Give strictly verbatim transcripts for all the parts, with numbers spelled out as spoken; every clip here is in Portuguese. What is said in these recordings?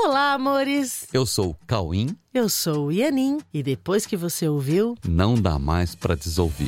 Olá, amores! Eu sou o Cauim. Eu sou o Ianin. E depois que você ouviu, não dá mais para desouvir.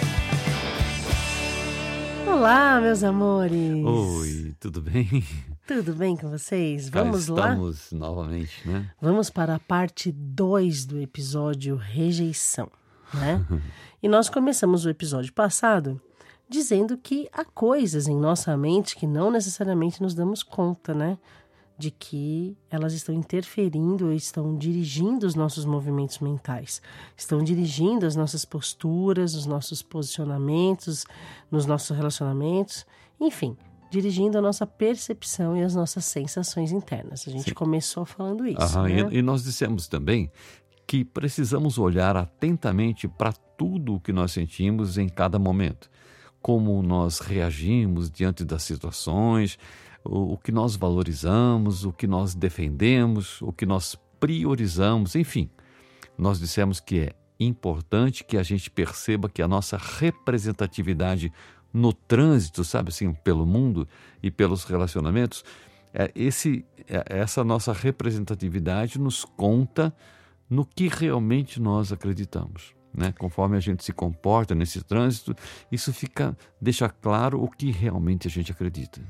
Olá, meus amores! Oi, tudo bem? Tudo bem com vocês? Vamos Cá lá? estamos novamente, né? Vamos para a parte dois do episódio Rejeição, né? E nós começamos o episódio passado dizendo que há coisas em nossa mente que não necessariamente nos damos conta, né? De que elas estão interferindo ou estão dirigindo os nossos movimentos mentais. Estão dirigindo as nossas posturas, os nossos posicionamentos, nos nossos relacionamentos, enfim, dirigindo a nossa percepção e as nossas sensações internas. A gente Sim. começou falando isso, Aham, né? e, e nós dissemos também que precisamos olhar atentamente para tudo o que nós sentimos em cada momento. Como nós reagimos diante das situações, o, o que nós valorizamos, o que nós defendemos, o que nós priorizamos, enfim. Nós dissemos que é importante que a gente perceba que a nossa representatividade no trânsito, sabe assim, pelo mundo e pelos relacionamentos, é esse, é, essa nossa representatividade nos conta no que realmente nós acreditamos, né? Conforme a gente se comporta nesse trânsito, isso fica, deixa claro o que realmente a gente acredita.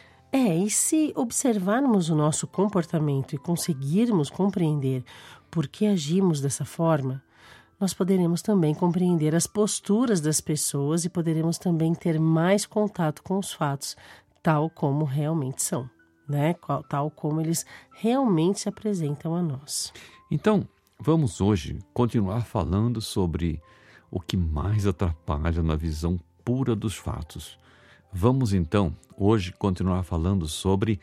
É, e se observarmos o nosso comportamento e conseguirmos compreender por que agimos dessa forma, nós poderemos também compreender as posturas das pessoas e poderemos também ter mais contato com os fatos, tal como realmente são, né? Tal como eles realmente se apresentam a nós. Então, vamos hoje continuar falando sobre o que mais atrapalha na visão pura dos fatos. Vamos então, hoje, continuar falando sobre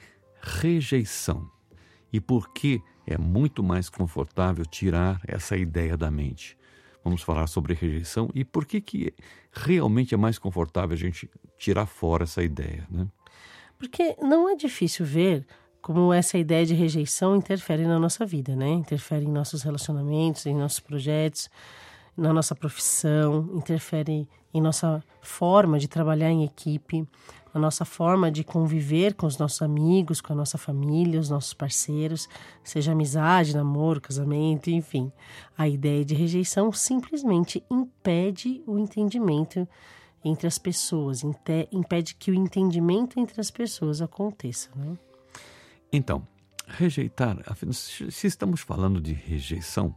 rejeição e por que é muito mais confortável tirar essa ideia da mente. Vamos falar sobre rejeição e por que que realmente é mais confortável a gente tirar fora essa ideia, né? Porque não é difícil ver como essa ideia de rejeição interfere na nossa vida, né? Interfere em nossos relacionamentos, em nossos projetos, na nossa profissão, interfere em nossa forma de trabalhar em equipe, na nossa forma de conviver com os nossos amigos, com a nossa família, os nossos parceiros, seja amizade, namoro, casamento, enfim. A ideia de rejeição simplesmente impede o entendimento entre as pessoas, impede que o entendimento entre as pessoas aconteça, né? Então, rejeitar, se estamos falando de rejeição,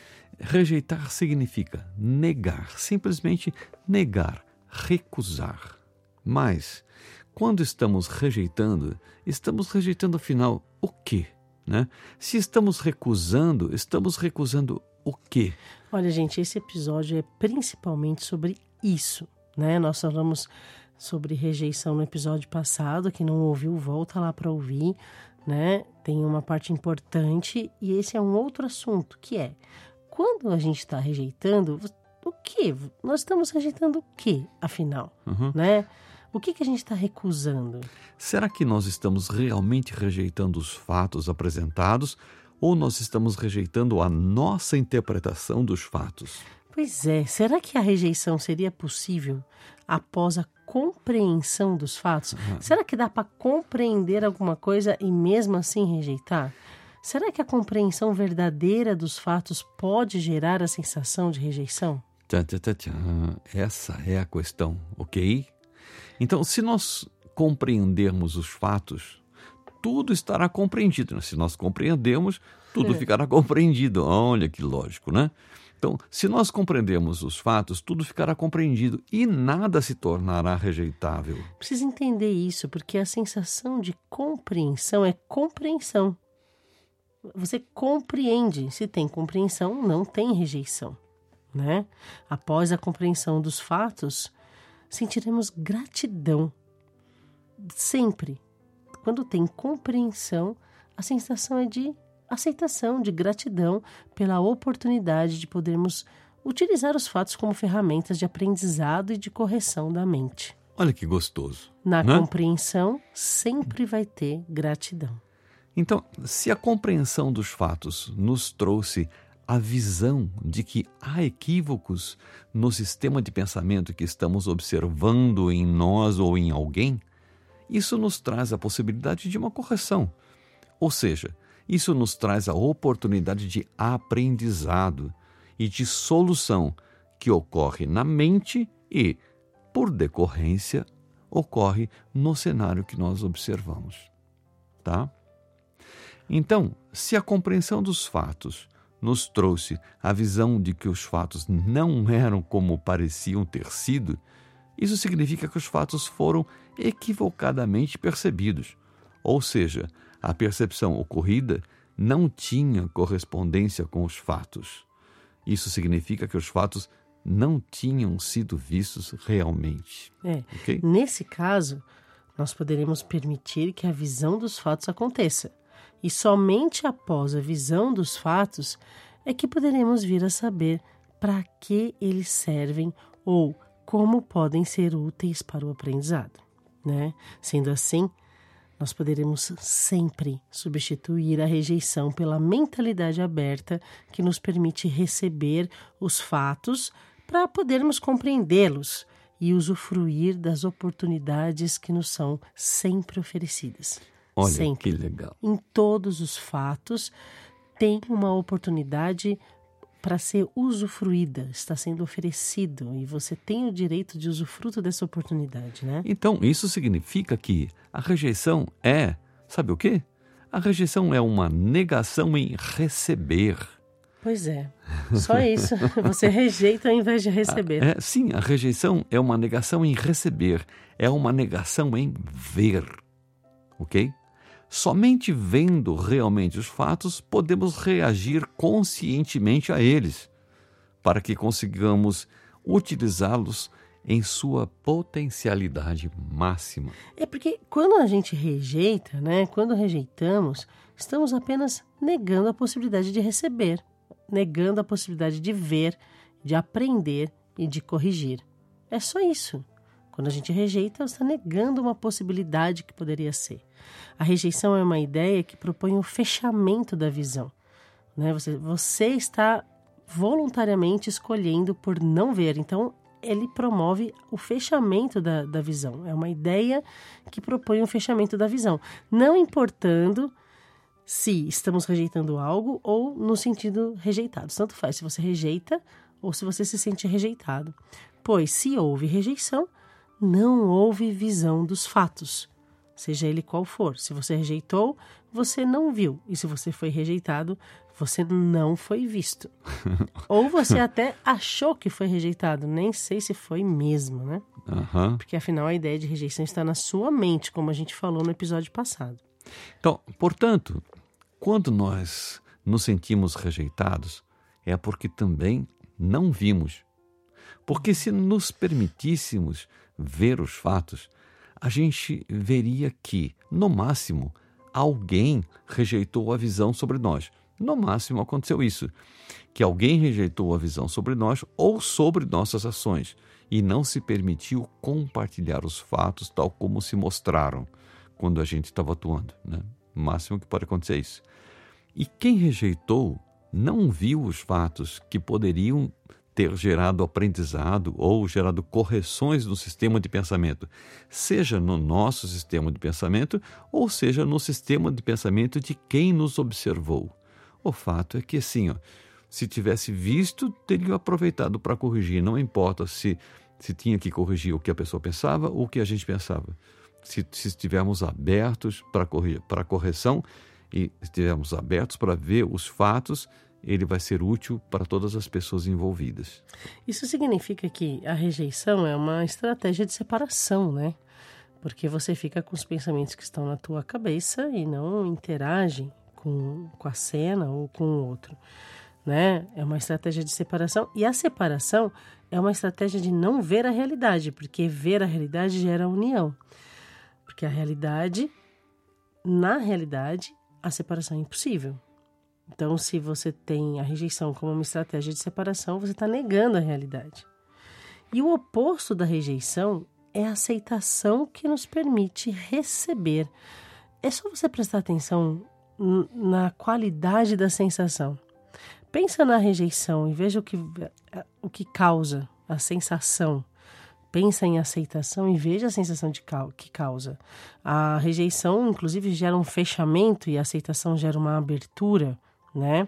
rejeitar significa negar, simplesmente negar, recusar. Mas, quando estamos rejeitando, estamos rejeitando afinal o quê? Né? Se estamos recusando, estamos recusando o quê? Olha, gente, esse episódio é principalmente sobre isso, né? Nós falamos sobre rejeição no episódio passado, quem não ouviu, volta lá para ouvir, né? Tem uma parte importante e esse é um outro assunto, que é quando a gente está rejeitando, o quê? Nós estamos rejeitando o quê, afinal? Uhum. Né? O que, que a gente está recusando? Será que nós estamos realmente rejeitando os fatos apresentados ou nós estamos rejeitando a nossa interpretação dos fatos? Pois é, será que a rejeição seria possível após a compreensão dos fatos? Uhum. Será que dá para compreender alguma coisa e mesmo assim rejeitar? Será que a compreensão verdadeira dos fatos pode gerar a sensação de rejeição? Tchan, tchan, tchan. Essa é a questão, ok? Então, se nós compreendermos os fatos, tudo estará compreendido. Se nós compreendermos, tudo é. ficará compreendido. Olha que lógico, né? Então, se nós compreendermos os fatos, tudo ficará compreendido e nada se tornará rejeitável. Precisa entender isso, porque a sensação de compreensão é compreensão. Você compreende. Se tem compreensão, não tem rejeição, né? Após a compreensão dos fatos, sentiremos gratidão. Sempre. Quando tem compreensão, a sensação é de aceitação, de gratidão pela oportunidade de podermos utilizar os fatos como ferramentas de aprendizado e de correção da mente. Olha que gostoso. Na né? compreensão, sempre vai ter gratidão. Então, se a compreensão dos fatos nos trouxe a visão de que há equívocos no sistema de pensamento que estamos observando em nós ou em alguém, isso nos traz a possibilidade de uma correção. Ou seja, Isso nos traz a oportunidade de aprendizado e de solução que ocorre na mente e, por decorrência, ocorre no cenário que nós observamos. Tá? Então, se a compreensão dos fatos nos trouxe a visão de que os fatos não eram como pareciam ter sido, isso significa que os fatos foram equivocadamente percebidos. Ou seja, a percepção ocorrida não tinha correspondência com os fatos. Isso significa que os fatos não tinham sido vistos realmente. É. Okay? Nesse caso, nós poderemos permitir que a visão dos fatos aconteça. E somente após a visão dos fatos é que poderemos vir a saber para que eles servem ou como podem ser úteis para o aprendizado, né? Sendo assim, nós poderemos sempre substituir a rejeição pela mentalidade aberta que nos permite receber os fatos para podermos compreendê-los e usufruir das oportunidades que nos são sempre oferecidas. Olha, sempre. Que legal. Em todos os fatos tem uma oportunidade para ser usufruída, está sendo oferecido e você tem o direito de usufruto dessa oportunidade, né? Então, isso significa que a rejeição é, sabe o quê? A rejeição é uma negação em receber. Pois é, só isso. Você rejeita ao invés de receber. É, sim, a rejeição é uma negação em receber, é uma negação em ver, ok? Somente vendo realmente os fatos podemos reagir conscientemente a eles, para que consigamos utilizá-los em sua potencialidade máxima. É porque quando a gente rejeita, né, quando rejeitamos, estamos apenas negando a possibilidade de receber, negando a possibilidade de ver, de aprender e de corrigir. É só isso. Quando a gente rejeita, você está negando uma possibilidade que poderia ser. A rejeição é uma ideia que propõe um fechamento da visão, né? Você, você está voluntariamente escolhendo por não ver. Então, ele promove o fechamento da, da visão. É uma ideia que propõe um fechamento da visão. Não importando se estamos rejeitando algo ou no sentido rejeitado. Tanto faz se você rejeita ou se você se sente rejeitado. Pois, se houve rejeição, não houve visão dos fatos, seja ele qual for. Se você rejeitou, você não viu. E se você foi rejeitado, você não foi visto. Ou você até achou que foi rejeitado. Nem sei se foi mesmo, né? Uhum. Porque afinal a ideia de rejeição está na sua mente, como a gente falou no episódio passado. Então, portanto, quando nós nos sentimos rejeitados, é porque também não vimos. Porque se nos permitíssemos ver os fatos, a gente veria que, no máximo, alguém rejeitou a visão sobre nós. No máximo aconteceu isso, que alguém rejeitou a visão sobre nós ou sobre nossas ações e não se permitiu compartilhar os fatos tal como se mostraram quando a gente estava atuando, né? No máximo que pode acontecer isso. E quem rejeitou não viu os fatos que poderiam ter gerado aprendizado ou gerado correções no sistema de pensamento, seja no nosso sistema de pensamento ou seja no sistema de pensamento de quem nos observou. O fato é que, assim, ó, se tivesse visto, teria aproveitado para corrigir. Não importa se, se tinha que corrigir o que a pessoa pensava ou o que a gente pensava. Se, se estivermos abertos para corrigir, para correção e estivermos abertos para ver os fatos, ele vai ser útil para todas as pessoas envolvidas. Isso significa que a rejeição é uma estratégia de separação, né? Porque você fica com os pensamentos que estão na tua cabeça e não interagem com, com a cena ou com o outro, né? É uma estratégia de separação. E a separação é uma estratégia de não ver a realidade, porque ver a realidade gera união. Porque a realidade, na realidade, a separação é impossível. Então, se você tem a rejeição como uma estratégia de separação, você está negando a realidade. E o oposto da rejeição é a aceitação que nos permite receber. É só você prestar atenção na qualidade da sensação. Pensa na rejeição e veja o que, o que causa a sensação. Pensa em aceitação e veja a sensação de cal- que causa. A rejeição, inclusive, gera um fechamento e a aceitação gera uma abertura, né?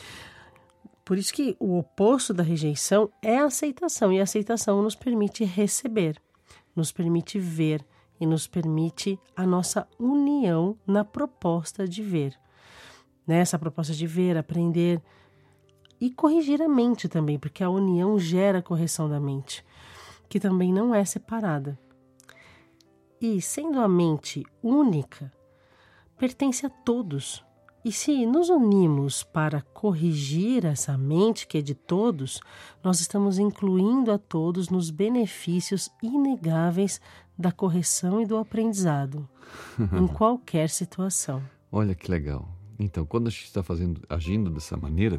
Por isso que o oposto da rejeição é a aceitação. E a aceitação nos permite receber, nos permite ver e nos permite a nossa união na proposta de ver. Nessa proposta de ver, aprender e corrigir a mente também, porque a união gera a correção da mente, que também não é separada. E, sendo a mente única, pertence a todos. E se nos unimos para corrigir essa mente que é de todos, nós estamos incluindo a todos nos benefícios inegáveis da correção e do aprendizado, em qualquer situação. Olha que legal. Então, quando a gente está fazendo, agindo dessa maneira,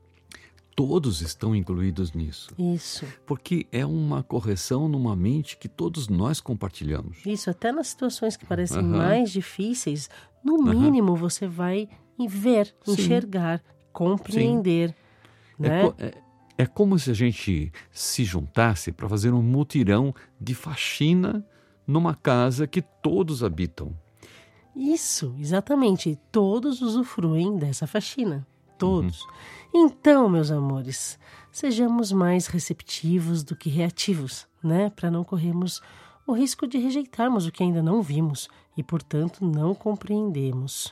todos estão incluídos nisso. Isso. Porque é uma correção numa mente que todos nós compartilhamos. Isso, até nas situações que parecem Uhum. mais difíceis, no mínimo uhum. você vai ver, Sim. enxergar, compreender. Né? É, co- é, é como se a gente se juntasse para fazer um mutirão de faxina numa casa que todos habitam. Isso, exatamente. Todos usufruem dessa faxina. Todos. Uhum. Então, meus amores, sejamos mais receptivos do que reativos, né? Para não corrermos o risco de rejeitarmos o que ainda não vimos e, portanto, não compreendemos.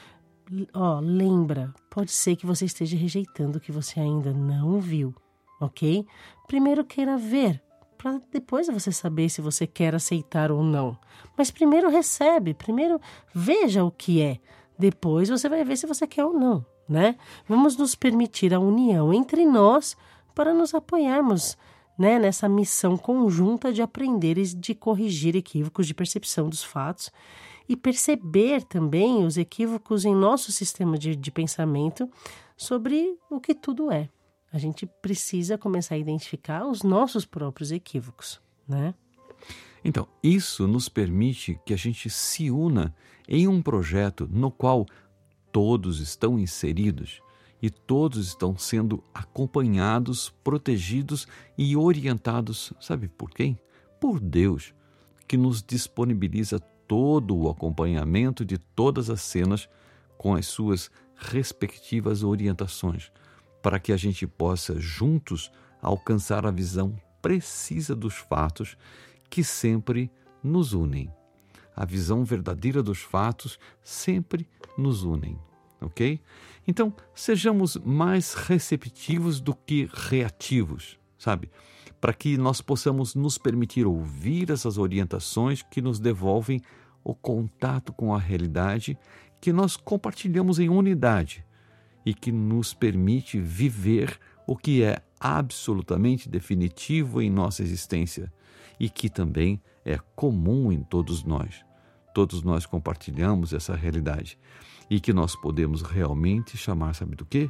Ó, lembra, pode ser que você esteja rejeitando o que você ainda não viu, ok? Primeiro queira ver, para depois você saber se você quer aceitar ou não. Mas primeiro recebe, primeiro veja o que é. Depois você vai ver se você quer ou não, né? Vamos nos permitir a união entre nós para nos apoiarmos, né, nessa missão conjunta de aprender e de corrigir equívocos de percepção dos fatos e perceber também os equívocos em nosso sistema de, de pensamento sobre o que tudo é. A gente precisa começar a identificar os nossos próprios equívocos, né? Então, isso nos permite que a gente se una em um projeto no qual todos estão inseridos e todos estão sendo acompanhados, protegidos e orientados, sabe por quem? Por Deus, que nos disponibiliza todo o acompanhamento de todas as cenas com as suas respectivas orientações, para que a gente possa juntos alcançar a visão precisa dos fatos que sempre nos unem. A visão verdadeira dos fatos sempre nos unem, ok? Então, sejamos mais receptivos do que reativos, sabe? Para que nós possamos nos permitir ouvir essas orientações que nos devolvem o contato com a realidade que nós compartilhamos em unidade e que nos permite viver o que é absolutamente definitivo em nossa existência e que também é comum em todos nós. Todos nós compartilhamos essa realidade e que nós podemos realmente chamar, sabe do quê?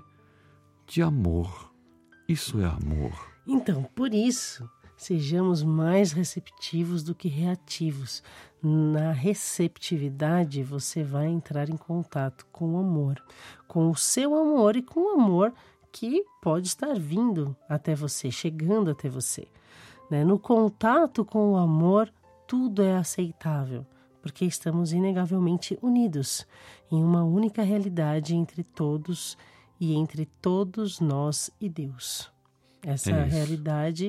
De amor. Isso é amor. Então, por isso, sejamos mais receptivos do que reativos. Na receptividade, você vai entrar em contato com o amor, com o seu amor e com o amor que pode estar vindo até você, chegando até você. Né? No contato com o amor, tudo é aceitável, porque estamos inegavelmente unidos em uma única realidade entre todos e entre todos nós e Deus. Essa é realidade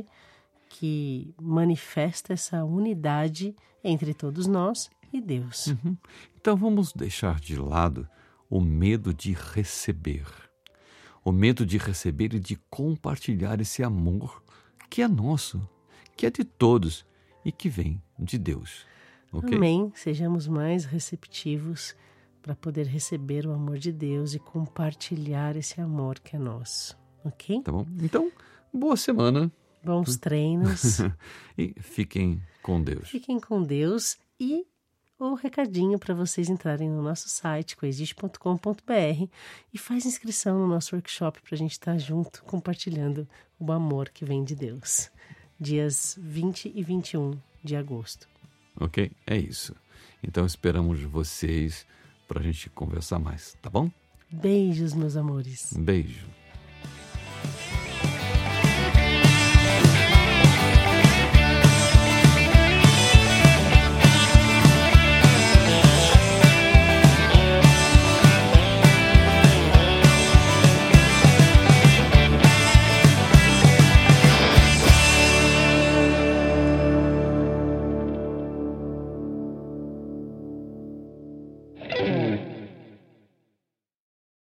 que manifesta essa unidade entre todos nós e Deus. Uhum. Então vamos deixar de lado o medo de receber. O medo de receber e de compartilhar esse amor que é nosso, que é de todos e que vem de Deus. Okay? Amém. Sejamos mais receptivos para poder receber o amor de Deus e compartilhar esse amor que é nosso. Ok? Tá bom? Então, boa semana. Bons treinos. E fiquem com Deus. Fiquem com Deus e o recadinho para vocês entrarem no nosso site, coexiste ponto com ponto b r, e faz inscrição no nosso workshop para a gente estar junto, compartilhando o amor que vem de Deus. Dias vinte e vinte e um de agosto. Ok? É isso. Então esperamos vocês para a gente conversar mais, tá bom? Beijos, meus amores. Um beijo.